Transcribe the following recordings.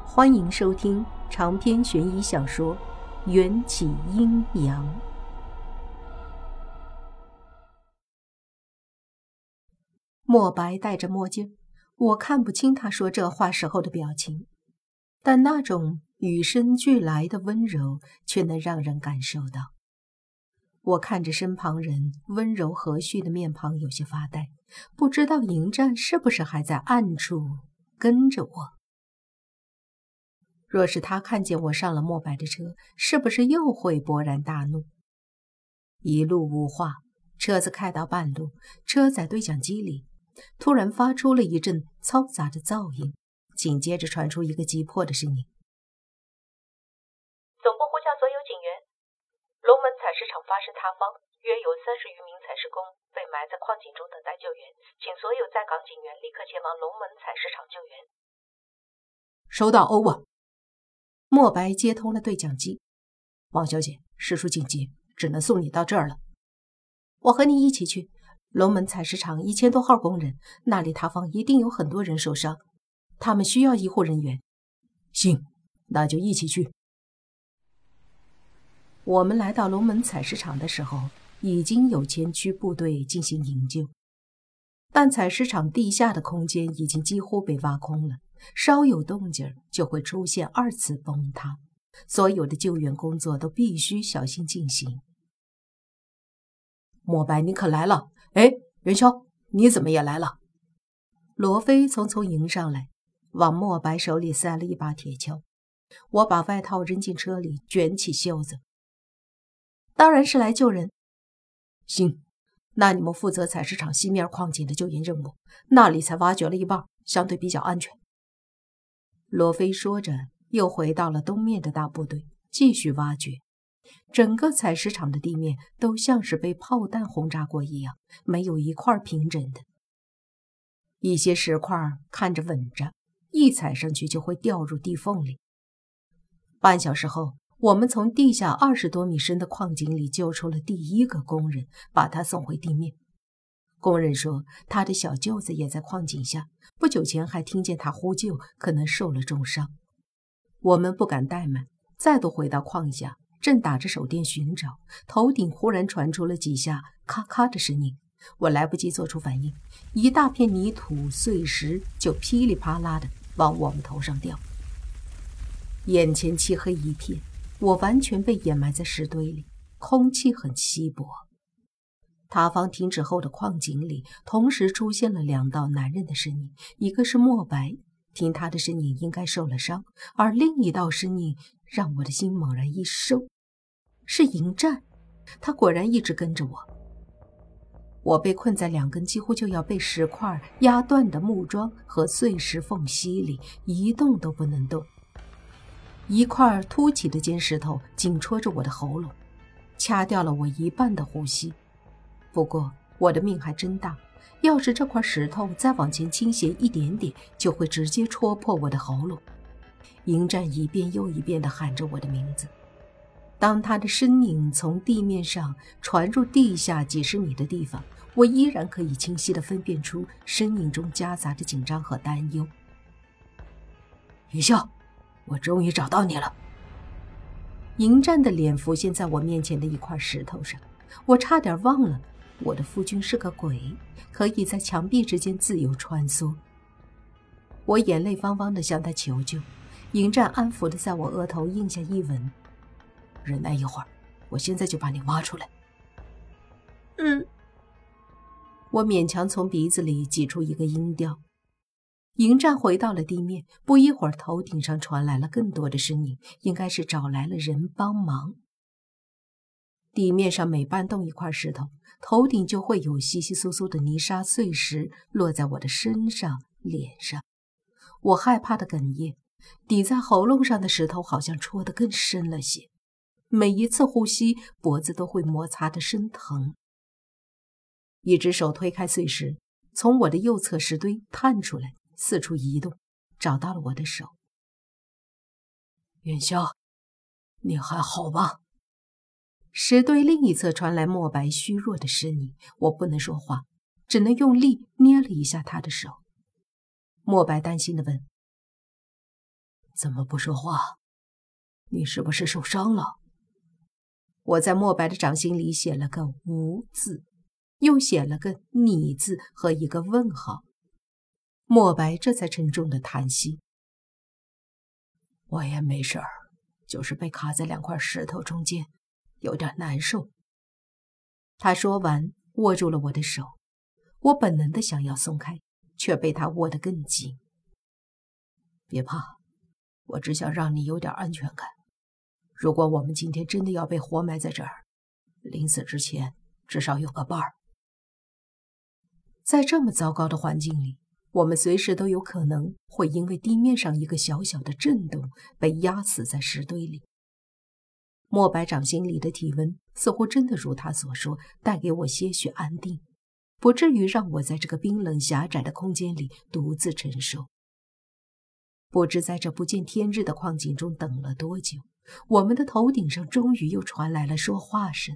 欢迎收听长篇悬疑小说《缘起阴阳》。墨白戴着墨镜，我看不清他说这话时候的表情，但那种与生俱来的温柔却能让人感受到。我看着身旁人温柔和煦的面庞，有些发呆，不知道迎战是不是还在暗处跟着我。若是他看见我上了墨白的车，是不是又会勃然大怒？一路无话，车子开到半路，车载对讲机里突然发出了一阵嘈杂的噪音，紧接着传出一个急迫的声音： 总部呼叫所有警员，龙门采石场发生塌方，约有30余名采石工被埋在矿井中等待救援，请所有在岗警员立刻前往龙门采石场救援。 收到 over。 墨白接通了对讲机：王小姐，事出紧急，只能送你到这儿了。我和你一起去。龙门采石场1000多号工人，那里塌方一定有很多人受伤，他们需要医护人员。行，那就一起去。我们来到龙门采石场的时候，已经有前驱部队进行营救，但采石场地下的空间已经几乎被挖空了，稍有动静就会出现2次崩塌，所有的救援工作都必须小心进行。墨白，你可来了！哎，元宵，你怎么也来了？罗非匆匆迎上来，往墨白手里塞了一把铁锹。我把外套扔进车里，卷起袖子。当然是来救人。行，那你们负责采石场西面矿井的救援任务，那里才挖掘了一半，相对比较安全。罗非说着，又回到了东面的大部队，继续挖掘。整个采石场的地面都像是被炮弹轰炸过一样，没有一块平整的。一些石块看着稳着，一踩上去就会掉入地缝里。半小时后，我们从地下20多米深的矿井里救出了第1个工人，把他送回地面。工人说他的小舅子也在矿井下，不久前还听见他呼救，可能受了重伤。我们不敢怠慢，再度回到矿下，正打着手电寻找，头顶忽然传出了几下咔咔的声音。我来不及做出反应，一大片泥土碎石就噼里啪啦的往我们头上掉。眼前漆黑一片，我完全被掩埋在石堆里，空气很稀薄。塌方停止后的矿井里同时出现了2道男人的身影，一个是墨白，听他的声音应该受了伤，而另一道身影让我的心猛然一收，是迎战。他果然一直跟着我。我被困在2根几乎就要被石块压断的木桩和碎石缝隙里，一动都不能动。一块凸起的尖石头紧戳着我的喉咙，掐掉了我一半的呼吸。不过我的命还真大，要是这块石头再往前倾斜一点点，就会直接戳破我的喉咙。迎战一遍又一遍地喊着我的名字。当他的身影从地面上传入地下几十米的地方，我依然可以清晰地分辨出身影中夹杂着紧张和担忧。云霄，我终于找到你了。迎战的脸浮现在我面前的一块石头上，我差点忘了我的夫君是个鬼，可以在墙壁之间自由穿梭。我眼泪汪汪地向他求救，迎战安抚地在我额头印下一吻。忍耐一会儿，我现在就把你挖出来。我勉强从鼻子里挤出一个音调。迎战回到了地面，不一会儿头顶上传来了更多的声音，应该是找来了人帮忙。地面上每搬动一块石头，头顶就会有稀稀疏疏的泥沙碎石落在我的身上、脸上。我害怕的哽咽，抵在喉咙上的石头好像戳得更深了些，每一次呼吸脖子都会摩擦得生疼。一只手推开碎石，从我的右侧石堆探出来，四处移动，找到了我的手。元宵，你还好吧？石堆另一侧传来墨白虚弱的声音，我不能说话，只能用力捏了一下他的手。墨白担心地问： 怎么不说话？你是不是受伤了？我在莫白的掌心里写了个无字，又写了个你字和一个问号。莫白这才沉重的叹息。我也没事儿，就是被卡在2块石头中间，有点难受。他说完，握住了我的手，我本能的想要松开，却被他握得更紧。别怕，我只想让你有点安全感。如果我们今天真的要被活埋在这儿，临死之前至少有个伴儿。在这么糟糕的环境里，我们随时都有可能会因为地面上一个小小的震动被压死在石堆里。莫白掌心里的体温似乎真的如他所说，带给我些许安定，不至于让我在这个冰冷狭窄的空间里独自承受。不知在这不见天日的矿井中等了多久，我们的头顶上终于又传来了说话声。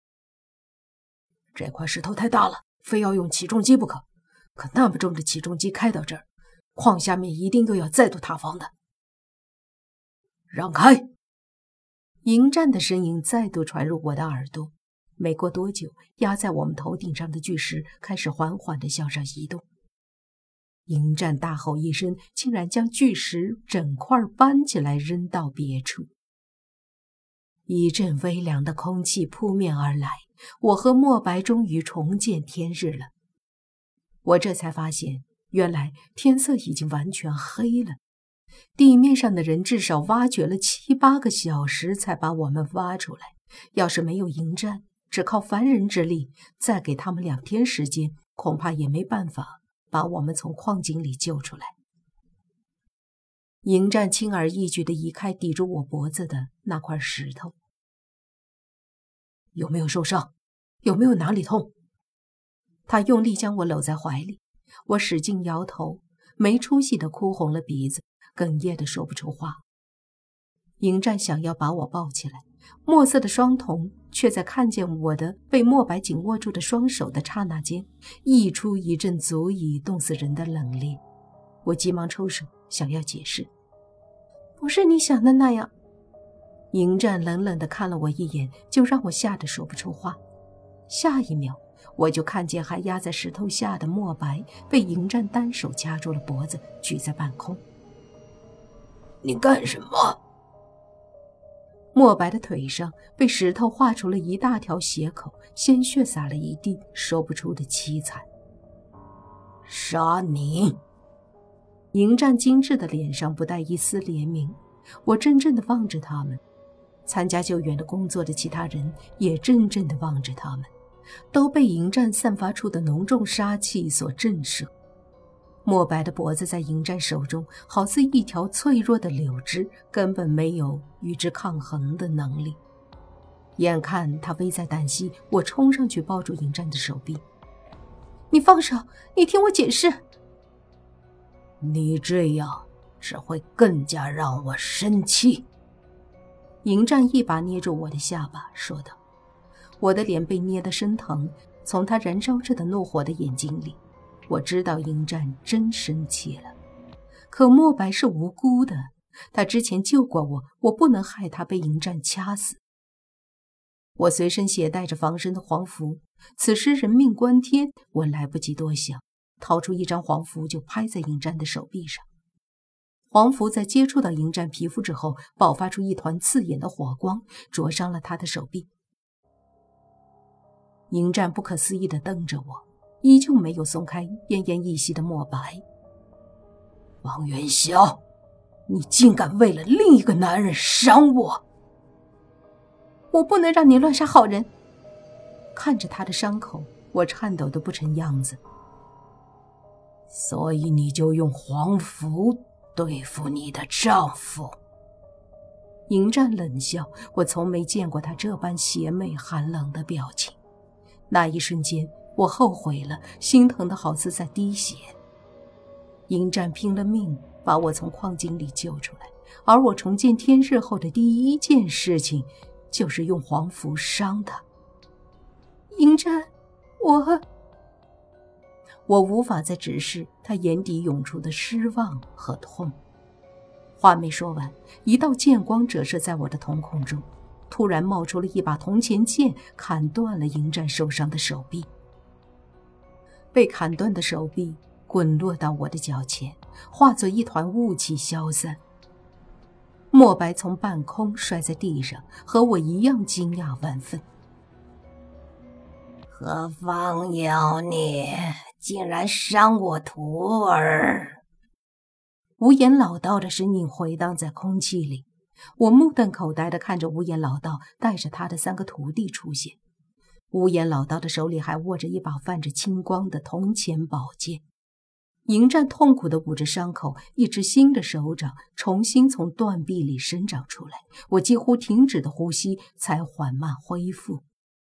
这块石头太大了，非要用起重机不可。可那么重的起重机开到这儿，矿下面一定又要再度塌方的。让开！迎战的声音再度传入我的耳朵。没过多久，压在我们头顶上的巨石开始缓缓地向上移动。迎战大吼一声，竟然将巨石整块搬起来扔到别处。一阵微凉的空气扑面而来，我和莫白终于重见天日了。我这才发现，原来天色已经完全黑了。地面上的人至少挖掘了7、8个小时才把我们挖出来。要是没有迎战，只靠凡人之力，再给他们2天时间，恐怕也没办法把我们从矿井里救出来。迎战轻而易举地移开抵住我脖子的那块石头。有没有受伤？有没有哪里痛？他用力将我搂在怀里，我使劲摇头，没出息地哭红了鼻子，哽咽地说不出话。迎战想要把我抱起来，墨色的双瞳却在看见我的被莫白紧握住的双手的刹那间，溢出一阵足以冻死人的冷冽。我急忙抽手，想要解释。不是你想的那样。迎战冷冷地看了我一眼，就让我吓得说不出话。下一秒，我就看见还压在石头下的莫白被迎战单手掐住了脖子，举在半空。你干什么？莫白的腿上被石头划出了一大条血口，鲜血洒了一地，说不出的凄惨。杀你！迎战精致的脸上不带一丝怜悯。我怔怔地望着他们，参加救援的工作的其他人也怔怔地望着他们，都被迎战散发出的浓重杀气所震慑。莫白的脖子在迎战手中好似一条脆弱的柳枝，根本没有与之抗衡的能力。眼看他危在旦夕，我冲上去抱住迎战的手臂。你放手，你听我解释。你这样只会更加让我生气。迎战一把捏住我的下巴，说道。我的脸被捏得生疼，从他燃烧着的怒火的眼睛里，我知道迎战真生气了。可莫白是无辜的，他之前救过我，我不能害他被迎战掐死。我随身携带着防身的黄符，此时人命关天，我来不及多想，掏出一张黄符就拍在迎战的手臂上。黄符在接触到迎战皮肤之后，爆发出一团刺眼的火光，灼伤了他的手臂。迎战不可思议地瞪着我，依旧没有松开奄奄一息的莫白。王元宵，你竟敢为了另一个男人伤我！我不能让你乱杀好人。看着他的伤口，我颤抖得不成样子。所以你就用黄符对付你的丈夫？迎战冷笑，我从没见过他这般邪魅寒冷的表情。那一瞬间，我后悔了，心疼得好似在滴血。迎战拼了命把我从矿井里救出来，而我重见天日后的第一件事情就是用黄符伤他。迎战，我无法再直视他眼底涌出的失望和痛。 话没说完，一道剑光折射在我的瞳孔中，突然冒出了一把铜钱剑，砍断了迎战手上的手臂。被砍断的手臂滚落到我的脚前，化作一团雾气消散。墨白从半空摔在地上，和我一样惊讶万分。 何方妖孽，竟然伤我徒儿！ 无言老道的声音回荡在空气里，我目瞪口呆地看着无言老道带着他的3个徒弟出现。无言老道的手里还握着一把泛着青光的铜钱宝剑。迎战痛苦地捂着伤口，一只新的手掌重新从断臂里生长出来，我几乎停止的呼吸才缓慢恢复。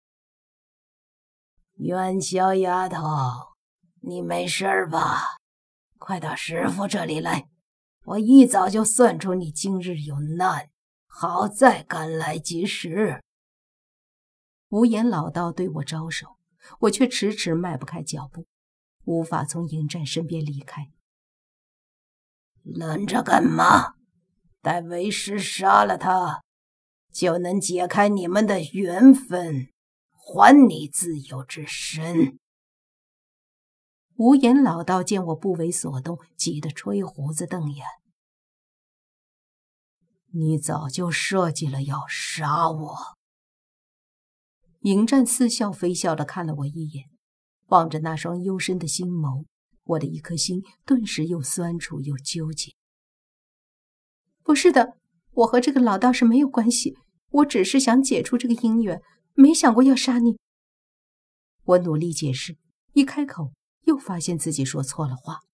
元宵丫头，你没事吧？快到师父这里来，我一早就算出你今日有难，好在赶来及时。 无言老道对我招手，我却迟迟迈不开脚步，无法从迎战身边离开。 愣着干嘛？待为师杀了他，就能解开你们的缘分，还你自由之身。 无言老道见我不为所动，急得吹胡子瞪眼。 你早就设计了要杀我。 迎战似笑非笑地看了我一眼，望着那双幽深的星眸，我的一颗心顿时又酸楚又纠结。不是的，我和这个老道士没有关系，我只是想解除这个姻缘，没想过要杀你。我努力解释，一开口又发现自己说错了话。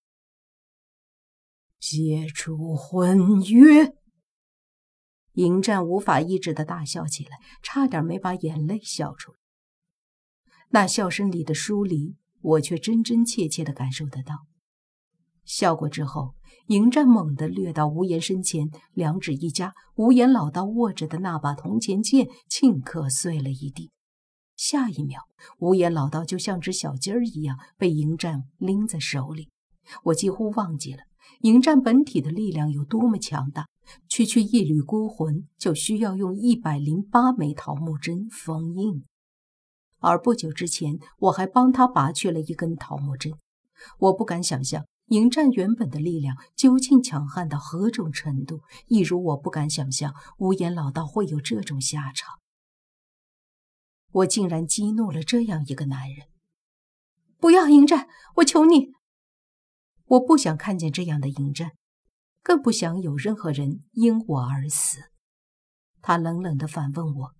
解除婚约。 迎战无法抑制地大笑起来，差点没把眼泪笑出来。那笑声里的疏离，我却真真切切地感受得到。笑过之后，迎战猛地掠到无言身前，两指一夹，无言老道握着的那把铜钱剑顷刻碎了一地。下一秒，无言老道就像只小鸡儿一样被迎战拎在手里。我几乎忘记了迎战本体的力量有多么强大，区区一缕孤魂就需要用108枚桃木针封印。而不久之前，我还帮他拔去了一根桃木针。我不敢想象迎战原本的力量究竟强悍到何种程度，一如我不敢想象无言老道会有这种下场。我竟然激怒了这样一个男人！不要迎战，我求你！我不想看见这样的迎战，更不想有任何人因我而死。他冷冷地反问我：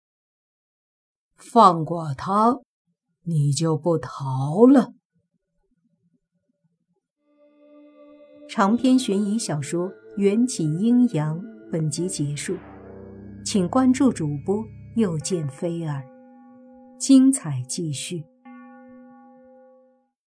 放过他，你就不逃了？ 长篇悬疑小说《缘起阴阳》本集结束，请关注主播又见菲儿，精彩继续。